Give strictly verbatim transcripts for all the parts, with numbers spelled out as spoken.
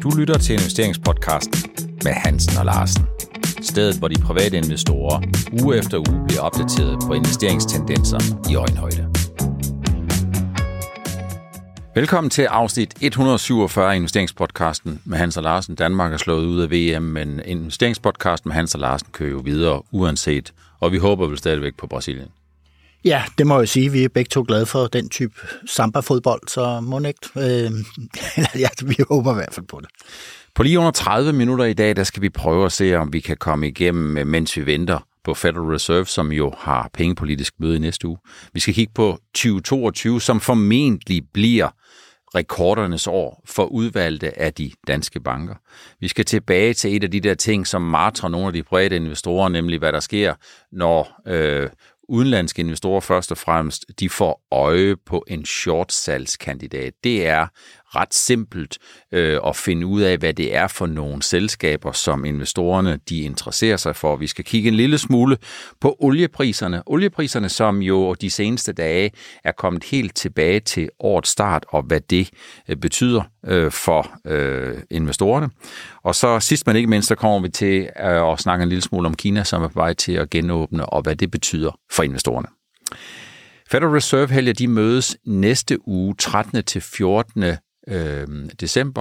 Du lytter til investeringspodcasten med Hansen og Larsen. Stedet, hvor de private investorer uge efter uge bliver opdateret på investeringstendenser i øjenhøjde. Velkommen til afsnit et hundrede syvogfyrre af investeringspodcasten med Hansen og Larsen. Danmark er slået ud af V M, men investeringspodcasten med Hansen og Larsen kører jo videre uanset, og vi håber vel stadigvæk på Brasilien. Ja, det må jeg sige. Vi er begge to glade for den type samba-fodbold, så må ikke. Øh, ja, vi håber i hvert fald på det. På lige under tredive minutter i dag, der skal vi prøve at se, om vi kan komme igennem, mens vi venter på Federal Reserve, som jo har pengepolitisk møde i næste uge. Vi skal kigge på tyve toogtyve, som formentlig bliver rekordernes år for udvalgte af de danske banker. Vi skal tilbage til et af de der ting, som martrer nogle af de private investorer, nemlig hvad der sker, når øh, udenlandske investorer først og fremmest, de får øje på en shortsalgskandidat. Det er ret simpelt øh, at finde ud af, hvad det er for nogle selskaber, som investorerne de interesserer sig for. Vi skal kigge en lille smule på oliepriserne. Oliepriserne, som jo de seneste dage er kommet helt tilbage til årets start, og hvad det øh, betyder øh, for øh, investorerne. Og så sidst men ikke mindst, så kommer vi til øh, at snakke en lille smule om Kina, som er på vej til at genåbne, og hvad det betyder for investorerne. Federal Reserve helger, de mødes næste uge trettende til fjortende Øh, december,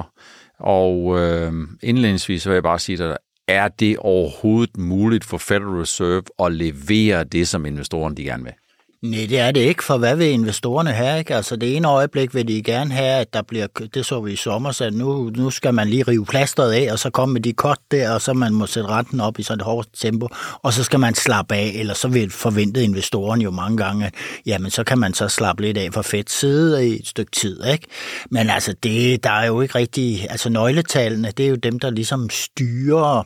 og øh, indledningsvis vil jeg bare sige, at er det overhovedet muligt for Federal Reserve at levere det, som investorerne de gerne vil? Nej, det er det ikke, for hvad vil investorerne have? Ikke? Altså det ene øjeblik vil de gerne have, at der bliver, det så vi i sommer, så nu, nu skal man lige rive plasteret af, og så komme med de kort der, og så man må sætte renten op i sådan et hårdt tempo, og så skal man slappe af, eller så vil forventet investoren jo mange gange, at jamen så kan man så slappe lidt af fra Feds side i et stykke tid, ikke? Men altså det, der er jo ikke rigtig, altså nøgletallene, det er jo dem, der ligesom styrer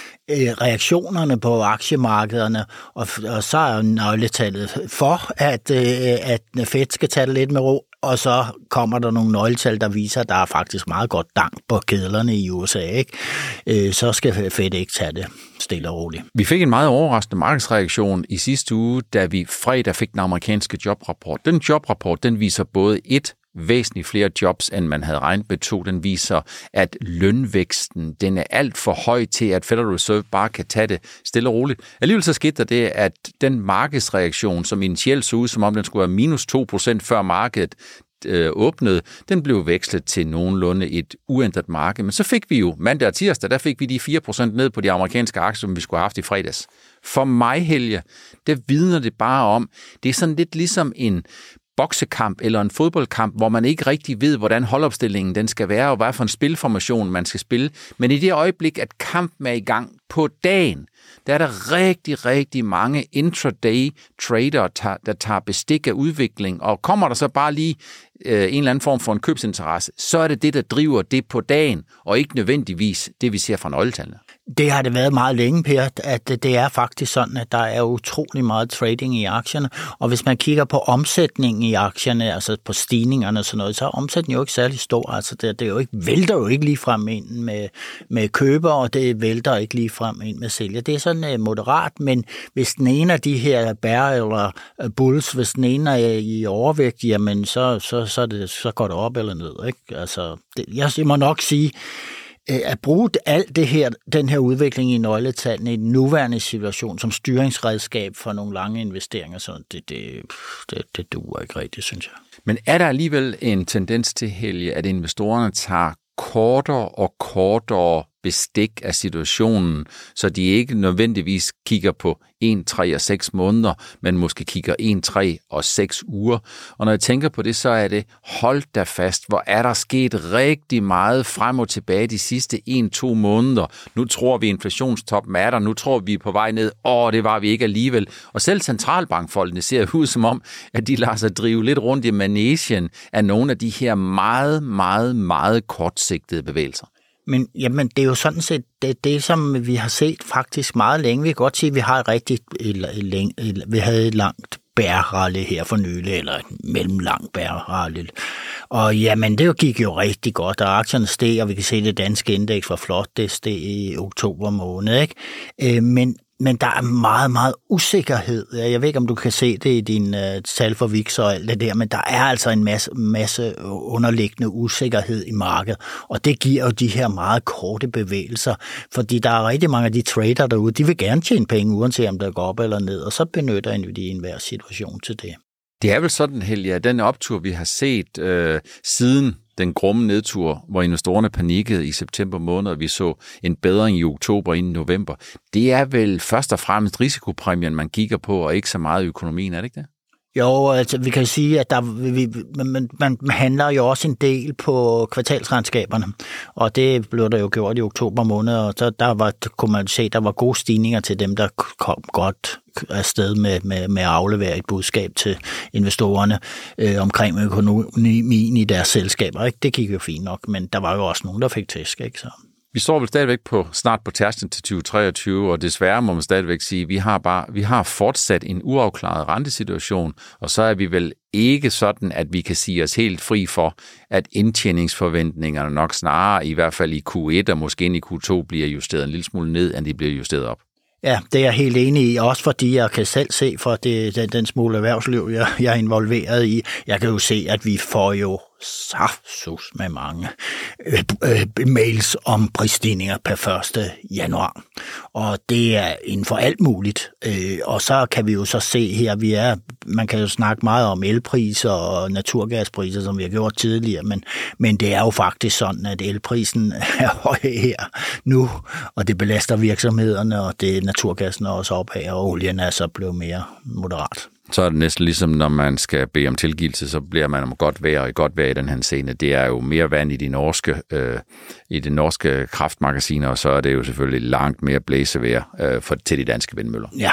reaktionerne på aktiemarkederne, og, og så er nøgletallet for, at, at Fed skal tage det lidt med ro, og så kommer der nogle nøgletal, der viser, at der er faktisk meget godt dank på kedlerne i U S A, ikke? Så skal Fed ikke tage det stille og roligt. Vi fik en meget overraskende markedsreaktion i sidste uge, da vi fredag fik den amerikanske jobrapport. Den jobrapport, den viser både et væsentligt flere jobs, end man havde regnet med. To, den viser, at lønvæksten, den er alt for høj til, at Federal Reserve bare kan tage det stille og roligt. Alligevel så skete der det, at den markedsreaktion, som initielt så ud, som om den skulle være minus to procent før markedet øh, åbnede, den blev vekslet til nogenlunde et uændret marked. Men så fik vi jo mandag og tirsdag, der fik vi de fire procent ned på de amerikanske aktier, som vi skulle have haft i fredags. For mig, Helge, det vidner det bare om, det er sådan lidt ligesom en boksekamp eller en fodboldkamp, hvor man ikke rigtig ved, hvordan holdopstillingen den skal være, og hvad for en spilformation man skal spille. Men i det øjeblik, at kampen er i gang på dagen, der er der rigtig, rigtig mange intraday trader, der tager bestik af udvikling, og kommer der så bare lige øh, en eller anden form for en købsinteresse, så er det det, der driver det på dagen, og ikke nødvendigvis det, vi ser fra nøgletallene. Det har det været meget længe, Per, at det er faktisk sådan, at der er utrolig meget trading i aktierne, og hvis man kigger på omsætningen i aktierne, altså på stigningerne og sådan noget, så er omsætningen jo ikke særlig stor. Altså det, det er jo ikke, vælter jo ikke lige frem ind med, med køber, og det vælter ikke lige frem ind med sælger. Det er sådan moderat, men hvis den ene af de her bear eller bulls, hvis den ene er i overvægt, jamen så, så, så, det, så går det op eller ned, ikke? Altså, det, jeg må nok sige, at bruge alt det her, den her udvikling i nøgletallene i den nuværende situation som styringsredskab for nogle lange investeringer, så det, det, det, det duer ikke rigtigt, synes jeg. Men er der alligevel en tendens til, Helge, at investorerne tager kortere og kortere bestik af situationen, så de ikke nødvendigvis kigger på en, tre og seks måneder, men måske kigger en, tre og seks uger. Og når jeg tænker på det, så er det, hold da fast, hvor er der sket rigtig meget frem og tilbage de sidste en, to måneder. Nu tror vi, inflationstoppen er der, nu tror vi er på vej ned, åh, det var vi ikke alligevel. Og selv centralbankfolkene ser ud som om, at de lader sig drive lidt rundt i manesien af nogle af de her meget, meget, meget kortsigtede bevægelser. Men jamen, det er jo sådan set det, det, som vi har set faktisk meget længe. Vi kan godt sige, at vi har et rigtig, vi havde et langt bærrally her for nylig, eller et mellemlangt bærrally. Og jamen, det gik jo rigtig godt, og aktierne steg, og vi kan se, at det danske indeks var flot, det steg i oktober måned, ikke? Men men der er meget, meget usikkerhed. Jeg ved ikke, om du kan se det i din uh, tal for V I X og alt det der, men der er altså en masse, masse underliggende usikkerhed i markedet, og det giver jo de her meget korte bevægelser, fordi der er rigtig mange af de trader derude, de vil gerne tjene penge, uanset om det går op eller ned, og så benytter de i enhver situation til det. Det er vel sådan, Helge, at den optur, vi har set øh, siden den grumme nedtur, hvor investorerne panikkede i september måned, og vi så en bedring i oktober inden november, det er vel først og fremmest risikopræmien, man kigger på, og ikke så meget økonomien, er det ikke det? Jo, altså vi kan sige, at der, vi, man, man handler jo også en del på kvartalsregnskaberne, og det blev der jo gjort i oktober måned, og så der var, kunne man se, der var gode stigninger til dem, der kom godt afsted med, med, med at aflevere et budskab til investorerne øh, omkring økonomien i deres selskaber. Ikke? Det gik jo fint nok, men der var jo også nogen, der fik tæsk, ikke så... Vi står vel stadigvæk på, snart på tærsklen til tyve treogtyve, og desværre må man stadigvæk sige, at vi har, bare, vi har fortsat en uafklaret rentesituation, og så er vi vel ikke sådan, at vi kan sige os helt fri for, at indtjeningsforventningerne nok snarere, i hvert fald i Q et og måske ind i Q to, bliver justeret en lille smule ned, end de bliver justeret op. Ja, det er jeg helt enig i, også fordi jeg kan selv se for det, den, den smule erhvervsliv, jeg, jeg er involveret i. Jeg kan jo se, at vi får jo saftsus med mange øh, øh, mails om prisstigninger per første januar. Og det er inden for alt muligt. Øh, og så kan vi jo så se her, vi er, man kan jo snakke meget om elpriser og naturgaspriser, som vi har gjort tidligere, men, men det er jo faktisk sådan, at elprisen er høj her nu, og det belaster virksomhederne, og det naturgassen er også opad, og olien er så blevet mere moderat. Så er det næsten ligesom, når man skal bede om tilgivelse, så bliver man om godt vejr, og godt vejr i den her scene. Det er jo mere vand i de norske, øh, i de norske kraftmagasiner, og så er det jo selvfølgelig langt mere blæsevejr øh, for, til de danske vindmøller. Ja.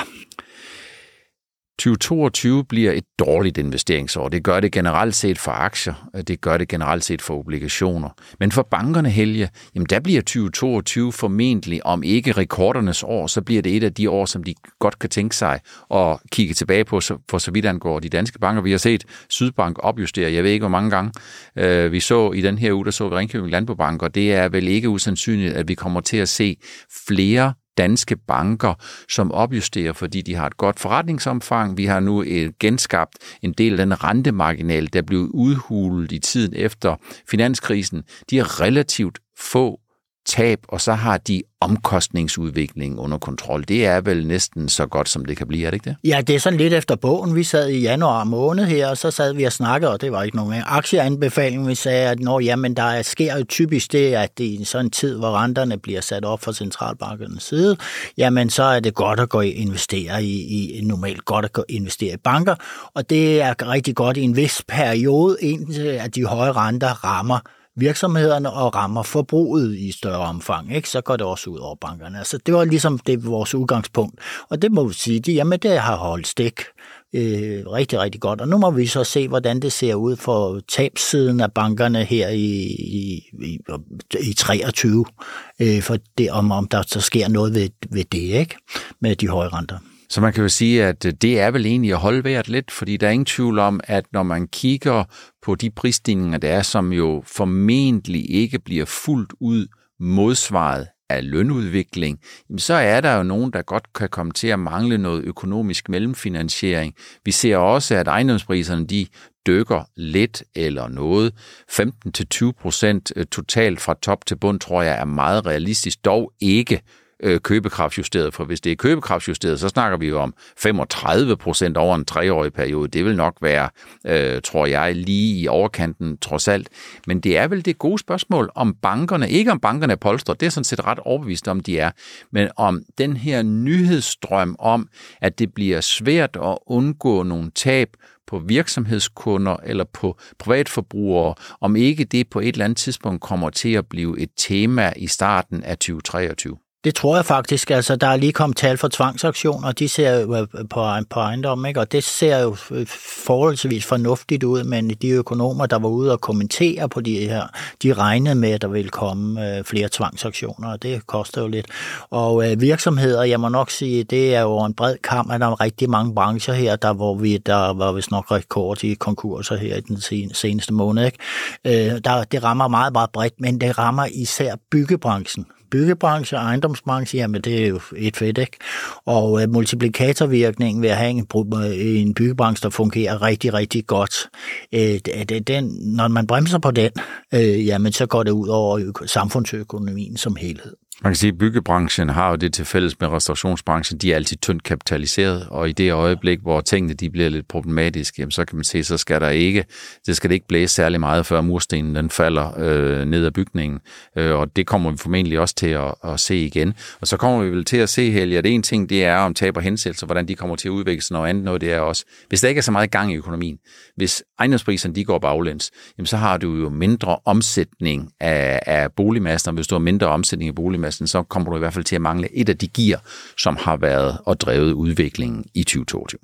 tyve toogtyve bliver et dårligt investeringsår. Det gør det generelt set for aktier, det gør det generelt set for obligationer. Men for bankerne, Helge, jamen der bliver tyve toogtyve formentlig, om ikke rekordernes år, så bliver det et af de år, som de godt kan tænke sig at kigge tilbage på, for så vidt angår de danske banker. Vi har set Sydbank opjustere, jeg ved ikke hvor mange gange. Vi så i den her uge, der så vi Ringkøbing Landbobank, og det er vel ikke usandsynligt, at vi kommer til at se flere danske banker, som opjusterer, fordi de har et godt forretningsomfang. Vi har nu genskabt en del af den rentemarginal, der blev udhulet i tiden efter finanskrisen. De har relativt få tab, og så har de omkostningsudvikling under kontrol. Det er vel næsten så godt, som det kan blive, er det ikke det? Ja, det er sådan lidt efter bogen. Vi sad i januar måned her, og så sad vi og snakkede, og det var ikke nogen aktieanbefaling. Vi sagde, at når, jamen, der sker jo typisk det, at det i sådan en tid, hvor renterne bliver sat op fra centralbankernes side, jamen så er det godt at gå og investere i, i normalt godt at gå investere i banker, og det er rigtig godt i en vis periode, indtil at de høje renter rammer virksomhederne og rammer forbruget i større omfang, ikke? Så går det også ud over bankerne. Altså, det var ligesom det vores udgangspunkt. Og det må vi sige, de, jamen det har holdt stik øh, rigtig, rigtig godt. Og nu må vi så se, hvordan det ser ud for tabssiden af bankerne her i, i, i, i treogtyve, øh, for det, om, om der så sker noget ved, ved det, ikke? Med de høje renter. Så man kan jo sige, at det er vel egentlig at holde vejret lidt, fordi der er ingen tvivl om, at når man kigger på de prisstigninger, der er, som jo formentlig ikke bliver fuldt ud modsvaret af lønudvikling, så er der jo nogen, der godt kan komme til at mangle noget økonomisk mellemfinansiering. Vi ser også, at ejendomspriserne de dykker lidt eller noget. femten til tyve procent totalt fra top til bund, tror jeg, er meget realistisk, dog ikke købekraftsjusteret, for hvis det er købekraftsjusteret, så snakker vi jo om femogtredive procent over en treårig periode. Det vil nok være, øh, tror jeg, lige i overkanten trods alt. Men det er vel det gode spørgsmål om bankerne, ikke om bankerne er polstret, det er sådan set ret overbevist om, de er, men om den her nyhedsstrøm om, at det bliver svært at undgå nogle tab på virksomhedskunder eller på privatforbrugere, om ikke det på et eller andet tidspunkt kommer til at blive et tema i starten af tyve treogtyve. Det tror jeg faktisk. Altså, der er lige kommet tal for tvangsaktioner, de ser jo på, på ejendom, ikke? Og det ser jo forholdsvis fornuftigt ud, men de økonomer, der var ude og kommentere på de her, de regnede med, at der ville komme øh, flere tvangsaktioner, og det koster jo lidt. Og øh, virksomheder, jeg må nok sige, det er jo en bred kamp, at der er rigtig mange brancher her, der, hvor vi, der var vist nok rekord i konkurser her i den seneste måned, ikke? Øh, der, det rammer meget, meget bredt, men det rammer især byggebranchen. byggebranche og ejendomsbranche, jamen det er jo et fedt, ikke? Og øh, multiplikatorvirkningen ved at have en, en byggebranche, der fungerer rigtig, rigtig godt, øh, den, når man bremser på den, øh, jamen så går det ud over samfundsøkonomien som helhed. Man kan sige, at byggebranchen har jo det til fælles med restaurationsbranchen. De er altid tyndt kapitaliseret, og i det øjeblik, hvor tingene de bliver lidt problematiske, jamen, så kan man se, så skal der ikke, det skal det ikke blæse særlig meget, før murstenen den falder øh, ned ad bygningen. Øh, og det kommer vi formentlig også til at, at se igen. Og så kommer vi vel til at se, Helge, at en ting, det er om tab og hensættelse, hvordan de kommer til at udvikle sig. Noget andet noget, det er også, hvis der ikke er så meget gang i økonomien, hvis ejendomspriserne de går baglæns, jamen, så har du jo mindre omsætning af, af boligmassen, og hvis du har mindre omsætning af boligmassen, så kommer du i hvert fald til at mangle et af de gear, som har været og drevet udviklingen i tyve toogtyve.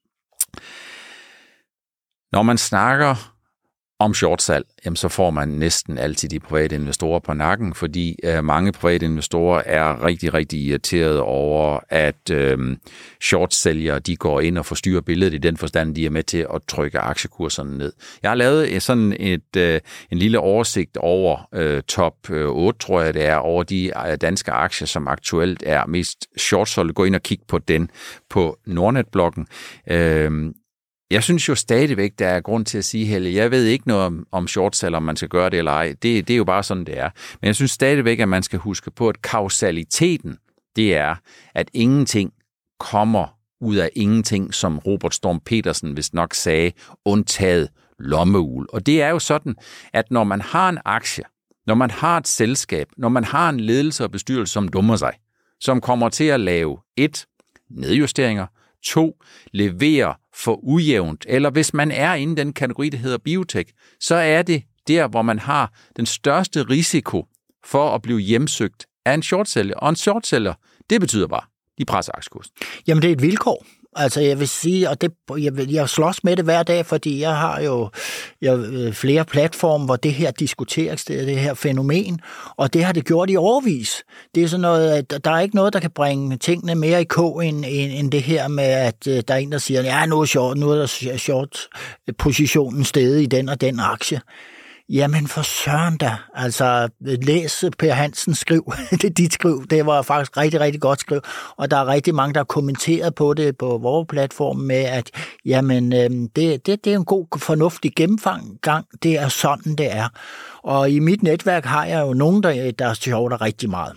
Når man snakker om shortsalg, jamen så får man næsten altid de private investorer på nakken, fordi øh, mange private investorer er rigtig, rigtig irriterede over, at øh, shortsælgere de går ind og forstyrrer billedet i den forstand, de er med til at trykke aktiekurserne ned. Jeg har lavet sådan et, øh, en lille oversigt over øh, top otte, tror jeg det er, over de danske aktier, som aktuelt er mest shortsolgte. Gå ind og kig på den på Nordnet-bloggen. Øh, Jeg synes jo stadigvæk, der er grund til at sige, Helle, jeg ved ikke noget om, om shortsalg, om man skal gøre det eller ej. Det, det er jo bare sådan, det er. Men jeg synes stadigvæk, at man skal huske på, at kausaliteten, det er, at ingenting kommer ud af ingenting, som Robert Storm Petersen vist nok sagde, undtaget lommeul. Og det er jo sådan, at når man har en aktie, når man har et selskab, når man har en ledelse og bestyrelse, som dummer sig, som kommer til at lave et, nedjusteringer, to, levere for ujævnt, eller hvis man er inde i den kategori, der hedder biotech, så er det der, hvor man har den største risiko for at blive hjemsøgt af en shortsælger. Og en shortsælger, det betyder bare, de presser aktiekursen. Jamen, det er et vilkår. Altså, jeg vil sige, og det, jeg, jeg slås med det hver dag, fordi jeg har jo jeg, flere platforme, hvor det her diskuteres, det, det her fænomen, og det har det gjort i årevis. Det er sådan noget, at der er ikke noget, der kan bringe tingene mere i kog, end, end, end det her med, at der er en, der siger, ja, nu er, short, nu er der short-positionen steget i den og den aktie. Jamen for søren da, altså læs Per Hansens skriv, det er dit skriv, det var faktisk rigtig, rigtig godt skriv, og der er rigtig mange, der har kommenteret på det på vores platform med, at jamen det, det, det er en god, fornuftig gennemgang, det er sådan, det er. Og i mit netværk har jeg jo nogen, der, der shorter rigtig meget.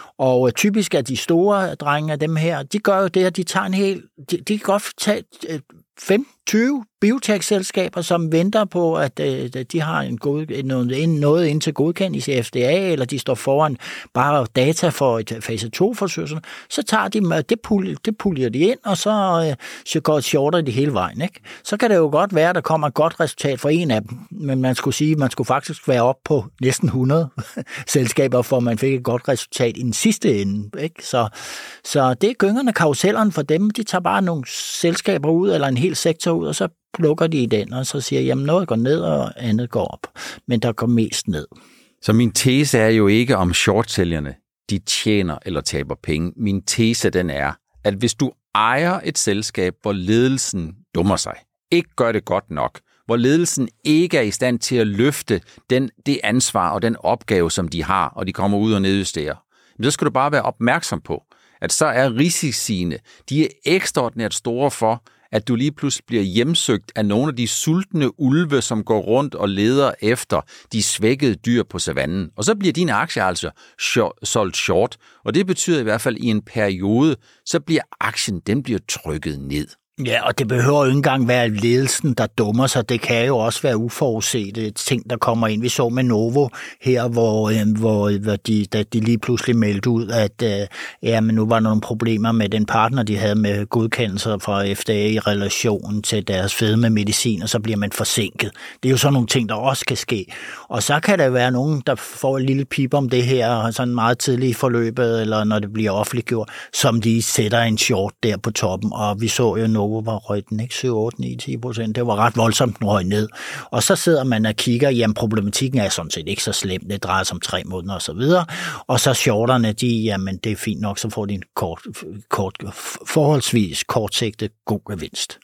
Og typisk er de store drenge af dem her, de gør jo det, at de tager en hel, de, de kan godt tage femten tyve biotech-selskaber, som venter på, at øh, de har en god, noget, noget ind til godkendelse i F D A, eller de står foran bare data for et fase to-forsøg, så tager de, det, puljer, det puljer de ind, og så, øh, så går shorter de hele vejen. Ikke? Så kan det jo godt være, at der kommer et godt resultat for en af dem, men man skulle sige, at man skulle faktisk være op på næsten hundrede selskaber, for man fik et godt resultat i den sidste ende. Ikke? Så, så det er gyngerne, karusellerne for dem, de tager bare nogle selskaber ud, eller en hel sektor ud, og så plukker de i den, og så siger, jamen noget går ned, og andet går op. Men der går mest ned. Så min tese er jo ikke om shortsælgerne, de tjener eller taber penge. Min tese den er, at hvis du ejer et selskab, hvor ledelsen dummer sig, ikke gør det godt nok, hvor ledelsen ikke er i stand til at løfte den, det ansvar og den opgave, som de har, og de kommer ud og nedjusterer, så skal du bare være opmærksom på, at så er risiciene, de er ekstraordinært store for, at du lige pludselig bliver hjemsøgt af nogle af de sultne ulve, som går rundt og leder efter de svækkede dyr på savannen. Og så bliver dine aktier altså solgt short, og det betyder i hvert fald i en periode, så bliver aktien, den bliver trykket ned. Ja, og det behøver jo ikke engang være ledelsen, der dummer sig. Det kan jo også være uforudsete ting, der kommer ind. Vi så med Novo her, hvor, øh, hvor, hvor de, da de lige pludselig meldte ud, at øh, ja, men nu var der nogle problemer med den partner, de havde med godkendelser fra F D A i relation til deres fedme medicin, og så bliver man forsinket. Det er jo sådan nogle ting, der også kan ske. Og så kan der være nogen, der får et lille pip om det her, sådan meget tidligt i forløbet, eller når det bliver offentliggjort, som de sætter en short der på toppen. Og vi så jo Novo var røget den, ikke? syv, otte, ni, ti procent. Det var ret voldsomt, den røg ned. Og så sidder man og kigger, jamen problematikken er sådan set ikke så slem. Det drejer sig om tre måneder og så videre. Og så shorterne, de, jamen det er fint nok, så får de en kort, kort forholdsvis kortsigtet god gevinst.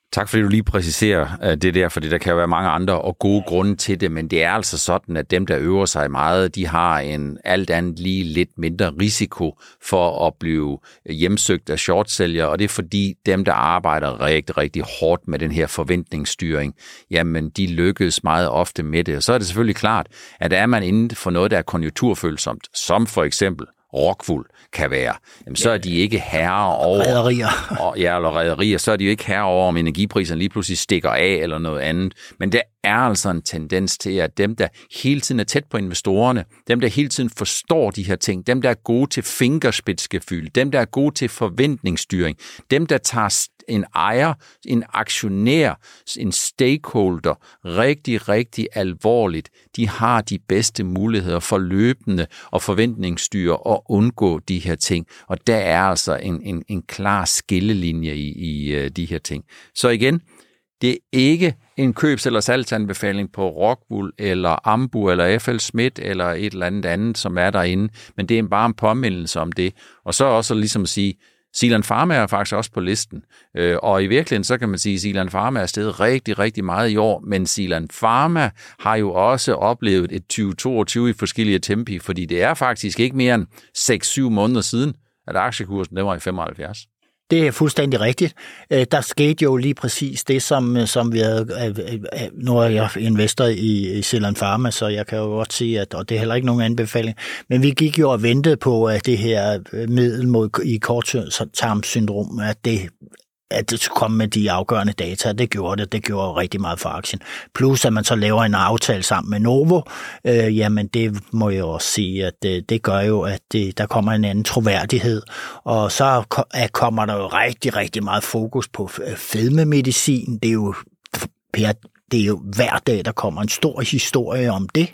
Tak fordi du lige præciserer det der, fordi der kan jo være mange andre og gode grunde til det, men det er altså sådan, at dem, der øver sig meget, de har en alt andet lige lidt mindre risiko for at blive hjemsøgt af shortsælgere, og det er fordi dem, der arbejder rigtig, rigtig hårdt med den her forventningsstyring, jamen de lykkes meget ofte med det. Og så er det selvfølgelig klart, at er man inden for noget, der er konjunkturfølsomt, som for eksempel Rockwool kan være, jamen, så er de ikke herrer over rederier. Og, ja, eller rederier, så er de jo ikke herrer over, om energipriserne lige pludselig stikker af eller noget andet. Men der er altså en tendens til, at dem, der hele tiden er tæt på investorerne, dem, der hele tiden forstår de her ting, dem, der er gode til fingerspidsgefühl, dem, der er gode til forventningsstyring, dem, der tager en ejer, en aktionær, en stakeholder rigtig, rigtig alvorligt, de har de bedste muligheder for løbende og forventningsstyre og undgå de her ting. Og der er altså en, en, en klar skillelinje i, i uh, de her ting. Så igen, det er ikke en købs- eller salgsanbefaling på Rockwool eller Ambu eller F L Schmidt eller et eller andet andet, som er derinde, men det er bare en påmindelse om det. Og så også ligesom at sige, Zealand Pharma er faktisk også på listen, og i virkeligheden så kan man sige, at Zealand Pharma er steget rigtig, rigtig meget i år, men Zealand Pharma har jo også oplevet et tyve toogtyve i forskellige tempi, fordi det er faktisk ikke mere end seks syv måneder siden, at aktiekursen den var i femoghalvfjerds. Det er fuldstændig rigtigt. Der skete jo lige præcis det, som, som vi havde... Nu er jeg investor i Zealand Pharma, så jeg kan jo godt sige, at og det er heller ikke nogen anbefaling. Men vi gik jo og ventede på, at det her middel mod i korttarmsyndrom, at det at det skulle komme med de afgørende data. Det gjorde det. Det gjorde rigtig meget for aktien. Plus, at man så laver en aftale sammen med Novo, øh, jamen det må jeg også sige, at det, det gør jo, at det, der kommer en anden troværdighed. Og så kommer der jo rigtig, rigtig meget fokus på fedmemedicin. Det er jo, det er jo hver dag, der kommer en stor historie om det.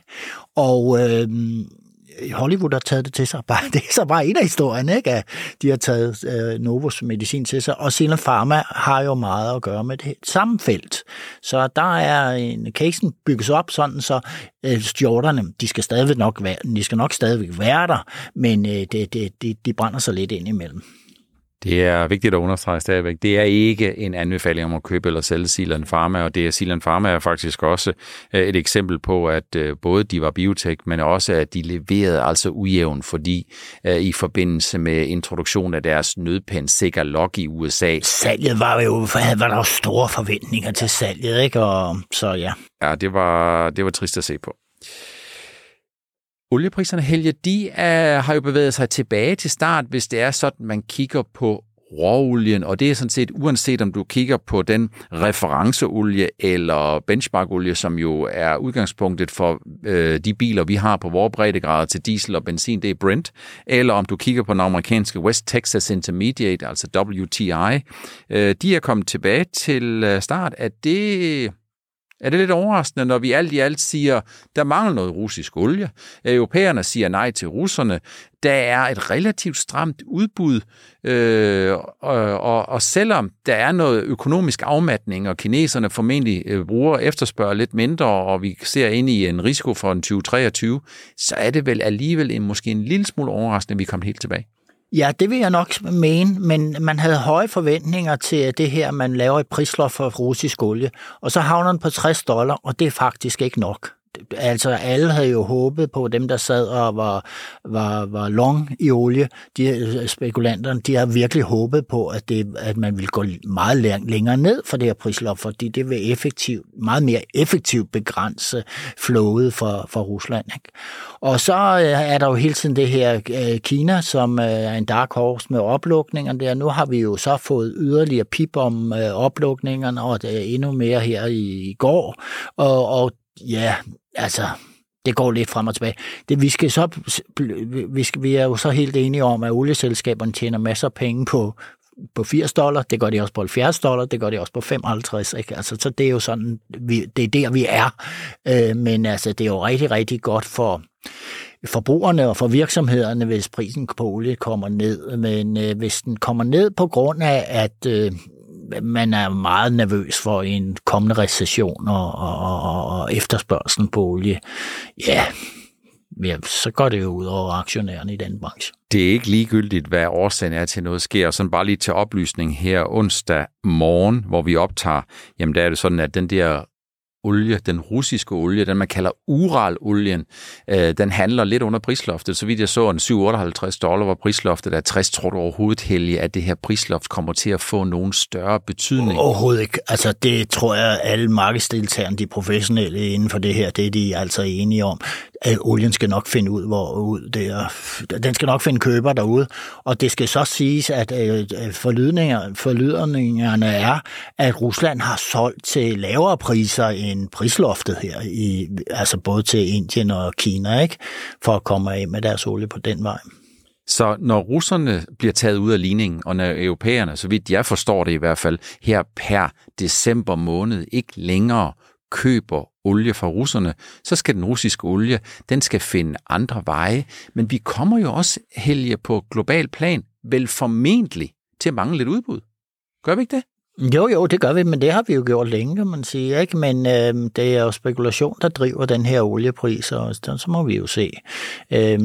Og øh, Hollywood har taget det til sig. Bare, det er så bare en af historierne, ikke? At de har taget øh, Novos medicin til sig, og Zealand Pharma har jo meget at gøre med det samme felt. Så der er en casen bygges op sådan, så øh, stjorterne, de skal stadigvæk nok være, de skal nok stadigvæk være der, men øh, det, det, de, de brænder sig lidt ind imellem. Det er vigtigt at understrege stadigvæk. Det er ikke en anbefaling om at købe eller sælge Zealand Pharma, og det er Zealand Pharma er faktisk også et eksempel på, at både de var biotech, men også at de leverede altså ujævn, fordi i forbindelse med introduktion af deres nødpen Segalog i U S A. Salget var jo, var der jo store forventninger til salget, ikke? Og så ja. Ja, det var, det var trist at se på. Oliepriserne, Helge, de er, har jo bevæget sig tilbage til start, hvis det er sådan, man kigger på råolien, og det er sådan set uanset om du kigger på den referenceolie eller benchmarkolie, som jo er udgangspunktet for øh, de biler, vi har på vores breddegrader til diesel og benzin, det er Brent, eller om du kigger på den amerikanske West Texas Intermediate, altså W T I, øh, de er kommet tilbage til start. Er det... Er det lidt overraskende, når vi alt i alt siger, der mangler noget russisk olie? Europæerne siger nej til russerne. Der er et relativt stramt udbud, øh, og, og, og selvom der er noget økonomisk afmatning, og kineserne formentlig øh, bruger efterspørger lidt mindre, og vi ser ind i en risiko for en tyve treogtyve, så er det vel alligevel en, måske en lille smule overraskende, at vi er kommet helt tilbage. Ja, det vil jeg nok mene, men man havde høje forventninger til det her, man laver et prisloft for russisk olie, og så havner den på tres dollar, og det er faktisk ikke nok. Altså alle havde jo håbet på, dem der sad og var, var, var long i olie, de spekulanterne, de har virkelig håbet på, at, det, at man vil gå meget længere ned for det her prisloft, fordi det vil effektivt, meget mere effektivt begrænse flowet for, for Rusland. Ikke? Og så er der jo hele tiden det her Kina, som er en dark horse med oplukningerne der. Nu har vi jo så fået yderligere pip om oplukningerne, og det er endnu mere her i går, og, og ja, altså, det går lidt frem og tilbage. Det, vi, skal så, vi, skal, vi er jo så helt enige om, at olieselskaberne tjener masser af penge på, på firs dollar, det gør de også på halvfjerds dollar, det gør de også på femoghalvtreds, ikke? Altså, så det er jo sådan, vi, det er der, vi er. Øh, men altså, det er jo rigtig, rigtig godt for forbrugerne og for virksomhederne, hvis prisen på olie kommer ned. Men øh, hvis den kommer ned på grund af, at øh, man er meget nervøs for en kommende recession og, og, og efterspørgselen på olie, ja, ja, så går det jo ud over aktionærerne i den branche. Det er ikke ligegyldigt, hvad årsagen er til noget sker. Og sådan bare lige til oplysning her onsdag morgen, hvor vi optager, jamen der er det sådan, at den der olie, den russiske olie, den man kalder Uralolien, øh, den handler lidt under prisloftet. Så vidt jeg så, en syv hundrede otteoghalvtreds dollar var prisloftet, er tres, tror du overhovedet, Helge, at det her prisloft kommer til at få nogen større betydning? Overhovedet ikke. Altså det tror jeg, alle markedsdeltagerne, de professionelle inden for det her, det er de altså enige om. At olien skal nok finde ud, hvor ud det er. Den skal nok finde køber derude. Og det skal så siges, at forlydningerne er, at Rusland har solgt til lavere priser end prisloftet her, i, altså både til Indien og Kina, ikke, for at komme af med deres olie på den vej. Så når russerne bliver taget ud af ligningen, og når europæerne, så vidt jeg forstår det i hvert fald, her per december måned ikke længere køber olie fra russerne, så skal den russiske olie, den skal finde andre veje. Men vi kommer jo også, Helge, på global plan, vel formentlig til at mangle lidt udbud. Gør vi ikke det? Jo, jo, det gør vi, men det har vi jo gjort længe, kan man sige, ikke? Men øh, det er jo spekulation, der driver den her oliepris, og så må vi jo se. Øh,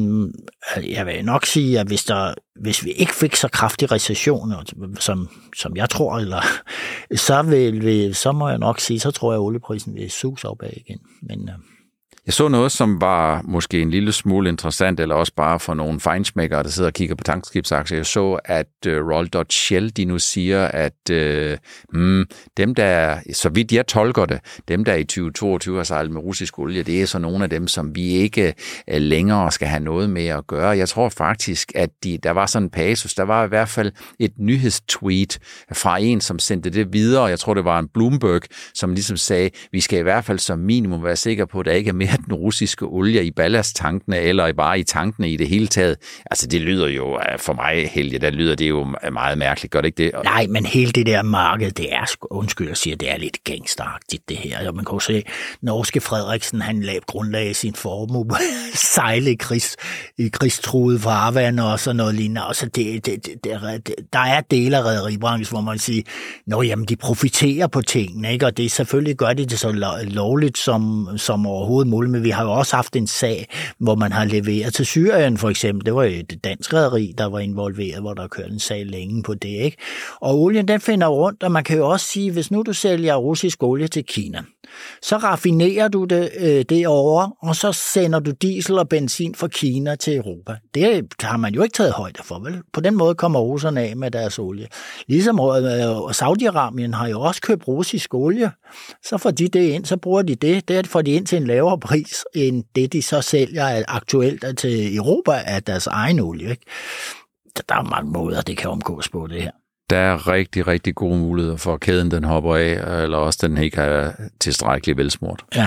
jeg vil nok sige, at hvis, der, hvis vi ikke fik så kraftig recession, som, som jeg tror, eller, så, vil vi, så må jeg nok sige, så tror jeg, at olieprisen vil suse opad igen. Men øh, jeg så noget, som var måske en lille smule interessant, eller også bare for nogle feinschmeckere, der sidder og kigger på tankskibsaktier. Jeg så, at uh, Royal Dutch Shell, de nu siger, at uh, mm, dem, der, så vidt jeg tolker det, dem, der i tyve toogtyve har sejlet med russisk olie, det er så nogle af dem, som vi ikke uh, længere skal have noget med at gøre. Jeg tror faktisk, at de, der var sådan en passus, der var i hvert fald et nyhedstweet fra en, som sendte det videre. Jeg tror, det var en Bloomberg, som ligesom sagde, vi skal i hvert fald som minimum være sikre på, at der ikke er mere den russiske olie i ballasttankene, eller bare i tankene i det hele taget. Altså, det lyder jo, for mig, Helge, der lyder det jo meget mærkeligt. Gør det ikke det? Nej, men hele det der marked, det er, undskyld, jeg siger, det er lidt gangsteragtigt, det her. Og man kan jo se, norske Frederiksen, han lavede grundlag sin formue, sejle i, krigs, i krigstruede farvand og sådan noget lignende. Og så det, det, det, det, der er dele af rederibranchen, hvor man siger, nå, jamen, de profiterer på tingene, ikke? Og det selvfølgelig gør de det så lovligt som, som overhovedet muligt. Men vi har jo også haft en sag, hvor man har leveret til Syrien, for eksempel. Det var jo et dansk rederi, der var involveret, hvor der kørte en sag længe på det, ikke? Og olien, den finder rundt, og man kan jo også sige, hvis nu du sælger russisk olie til Kina, så raffinerer du det øh, derovre, og så sender du diesel og benzin fra Kina til Europa. Det har man jo ikke taget højde for, vel? På den måde kommer russerne af med deres olie. Ligesom øh, Saudi-Arabien har jo også købt russisk olie, så får de det ind, så bruger de det. Det får de ind til en lavere pris, end det de så sælger aktuelt til Europa af deres egen olie, ikke? Der er mange måder, det kan omgås på det her. Der er rigtig, rigtig gode muligheder for, at kæden den hopper af, eller også den ikke er tilstrækkeligt velsmurt. Ja.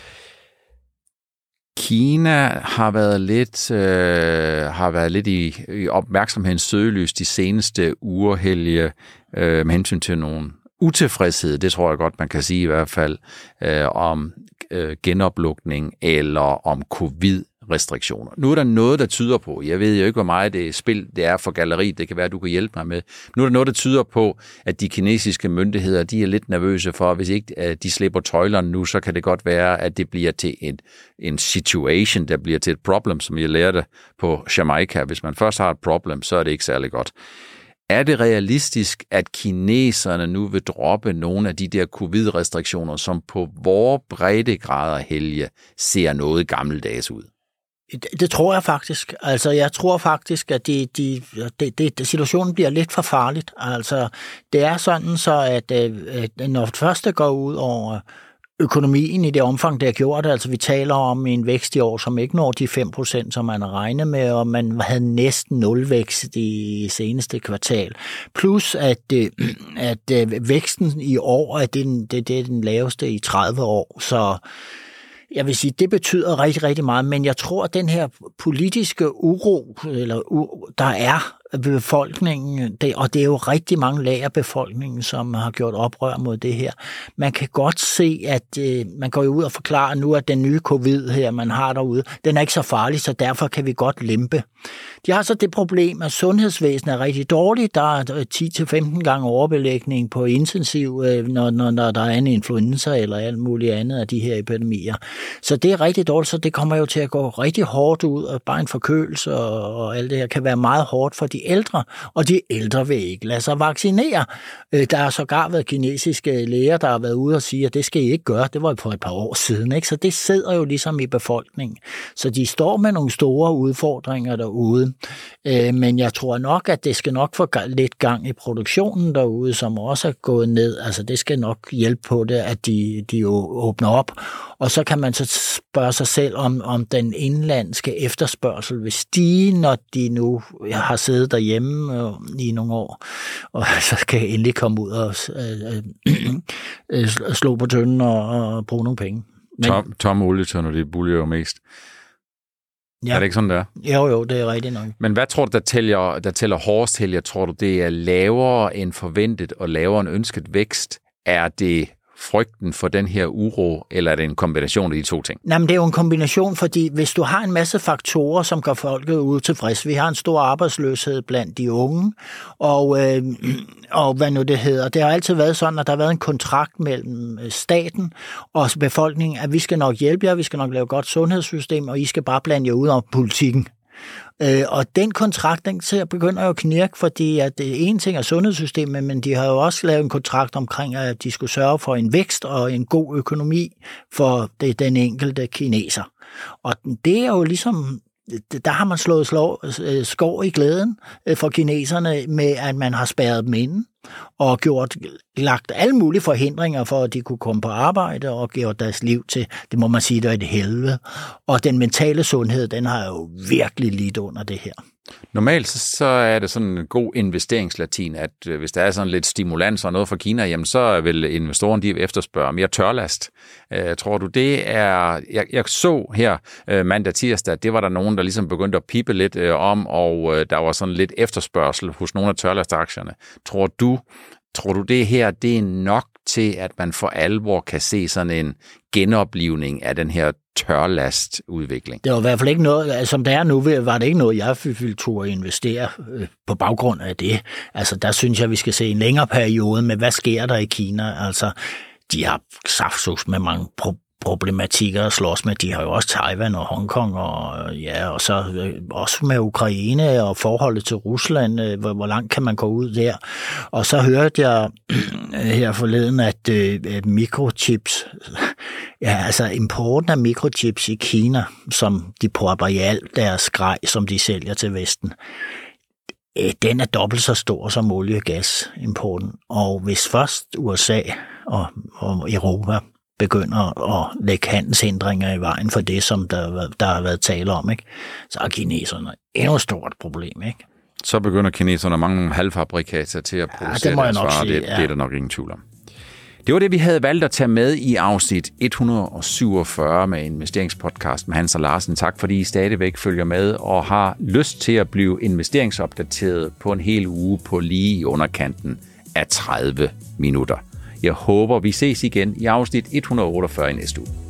Kina har været lidt, øh, har været lidt i, i opmærksomhedens søgelys de seneste uger, Helge, øh, med hensyn til nogle utilfredshed, det tror jeg godt, man kan sige i hvert fald, øh, om øh, genoplukning eller om covid-restriktioner. Nu er der noget, der tyder på, jeg ved jo ikke, hvor meget det spil det er for galleriet, det kan være, at du kan hjælpe mig med. Nu er der noget, der tyder på, at de kinesiske myndigheder, de er lidt nervøse for, hvis ikke de slipper tøjlerne nu, så kan det godt være, at det bliver til en, en situation, der bliver til et problem, som jeg lærte på Jamaica. Hvis man først har et problem, så er det ikke særlig godt. Er det realistisk, at kineserne nu vil droppe nogle af de der covid-restriktioner, som på vores breddegrader, Helge, ser noget gammeldags ud? Det, det tror jeg faktisk. Altså, jeg tror faktisk, at de, de, de, de, situationen bliver lidt for farligt. Altså, det er sådan så, at, at når det første går ud over økonomien i det omfang, det har gjort, altså vi taler om en vækst i år, som ikke når de fem procent, som man regner med, og man havde næsten nulvækst i seneste kvartal. Plus, at, at væksten i år er det, det, det er den laveste i tredive år, så jeg vil sige, det betyder rigtig, rigtig meget, men jeg tror, at den her politiske uro, eller u, der er befolkningen, det, og det er jo rigtig mange lag af befolkningen, som har gjort oprør mod det her. Man kan godt se, at øh, man går jo ud og forklarer nu, at den nye covid her, man har derude, den er ikke så farlig, så derfor kan vi godt lempe. De har så det problem, at sundhedsvæsenet er rigtig dårligt. Der er ti til femten gange overbelægning på intensiv, øh, når, når, når der er en influenza eller alt muligt andet af de her epidemier. Så det er rigtig dårligt, så det kommer jo til at gå rigtig hårdt ud, og bare en forkølelse og, og alt det her kan være meget hårdt for de ældre, og de ældre vil ikke lade sig vaccinere. Der har sågar været kinesiske læger, der har været ude og sige, at det skal I ikke gøre. Det var for et par år siden, ikke? Så det sidder jo ligesom i befolkningen. Så de står med nogle store udfordringer derude. Men jeg tror nok, at det skal nok få lidt gang i produktionen derude, som også er gået ned. Altså det skal nok hjælpe på det, at de, de åbner op. Og så kan man så spørge sig selv, om, om den indlandske efterspørgsel vil stige, når de nu har siddet derhjemme i nogle år, og så skal jeg endelig komme ud og øh, øh, slå på tønden og, og bruge nogle penge. Men, Tom, tomme olietønder, det buljer jo mest. Ja. Er det ikke sådan, det er? Jo, jo, det er rigtigt nok. Men hvad tror du, der tæller, der tæller hårdest til? Jeg tror du, det er lavere end forventet og lavere end ønsket vækst? Er det frygten for den her uro, eller er det en kombination af de to ting? Jamen, det er jo en kombination, fordi hvis du har en masse faktorer, som gør folket utilfreds, vi har en stor arbejdsløshed blandt de unge, og, øh, og hvad nu det hedder, det har altid været sådan, at der har været en kontrakt mellem staten og befolkningen, at vi skal nok hjælpe jer, vi skal nok lave et godt sundhedssystem, og I skal bare blande jer ud om politikken. Øh, og den kontrakt, den begynder jo at knirke, fordi at det ene ting er sundhedssystemet, men de har jo også lavet en kontrakt omkring, at de skulle sørge for en vækst og en god økonomi for det, den enkelte kineser. Og det er jo ligesom, der har man slået slå, skår i glæden for kineserne med, at man har spærret dem inde og gjort, lagt alle mulige forhindringer for, at de kunne komme på arbejde og gjort deres liv til, det må man sige, der er et helvede. Og den mentale sundhed, den har jo virkelig lidt under det her. Normalt så er det sådan en god investeringslatin, at hvis der er sådan lidt stimulans og noget fra Kina, jamen så vil investoren de efterspørge mere tørlast. Jeg tror du, det er... Jeg, jeg så her mandag tirsdag, det var der nogen, der ligesom begyndte at pipe lidt om, og der var sådan lidt efterspørgsel hos nogle af tørlastaktierne. Tror du, tror du det her, det er nok til, at man for alvor kan se sådan en genoplivning af den her tørlastudvikling? Det var i hvert fald ikke noget, som det er nu, var det ikke noget, jeg ville turde investere på baggrund af det. Altså, der synes jeg, vi skal se en længere periode med, hvad sker der i Kina? Altså, de har saftsus med mange problemer problematikker at slås med. De har jo også Taiwan og Hongkong, og ja, og så øh, også med Ukraine og forholdet til Rusland. Øh, hvor, hvor langt kan man gå ud der? Og så hørte jeg øh, her forleden, at, øh, at mikrochips, ja, altså importen af mikrochips i Kina, som de propper i alt deres grej, som de sælger til Vesten, øh, den er dobbelt så stor som olie- og gasimporten. Og hvis først U S A og, og Europa begynder at lægge handelshindringer i vejen for det, som der, der har været tale om, ikke? Så er kineserne endnu et stort problem, ikke? Så begynder kineserne at mangle halvfabrikater til at producere ja, deres varer. Det, ja. det er der nok ingen tvivl om. Det var det, vi havde valgt at tage med i afsnit et hundrede syvogfyrre med Investeringspodcast med Hans og Larsen. Tak fordi I stadigvæk følger med og har lyst til at blive investeringsopdateret på en hel uge på lige i underkanten af tredive minutter. Jeg håber, vi ses igen i afsnit et hundrede otteogfyrre i næste uge.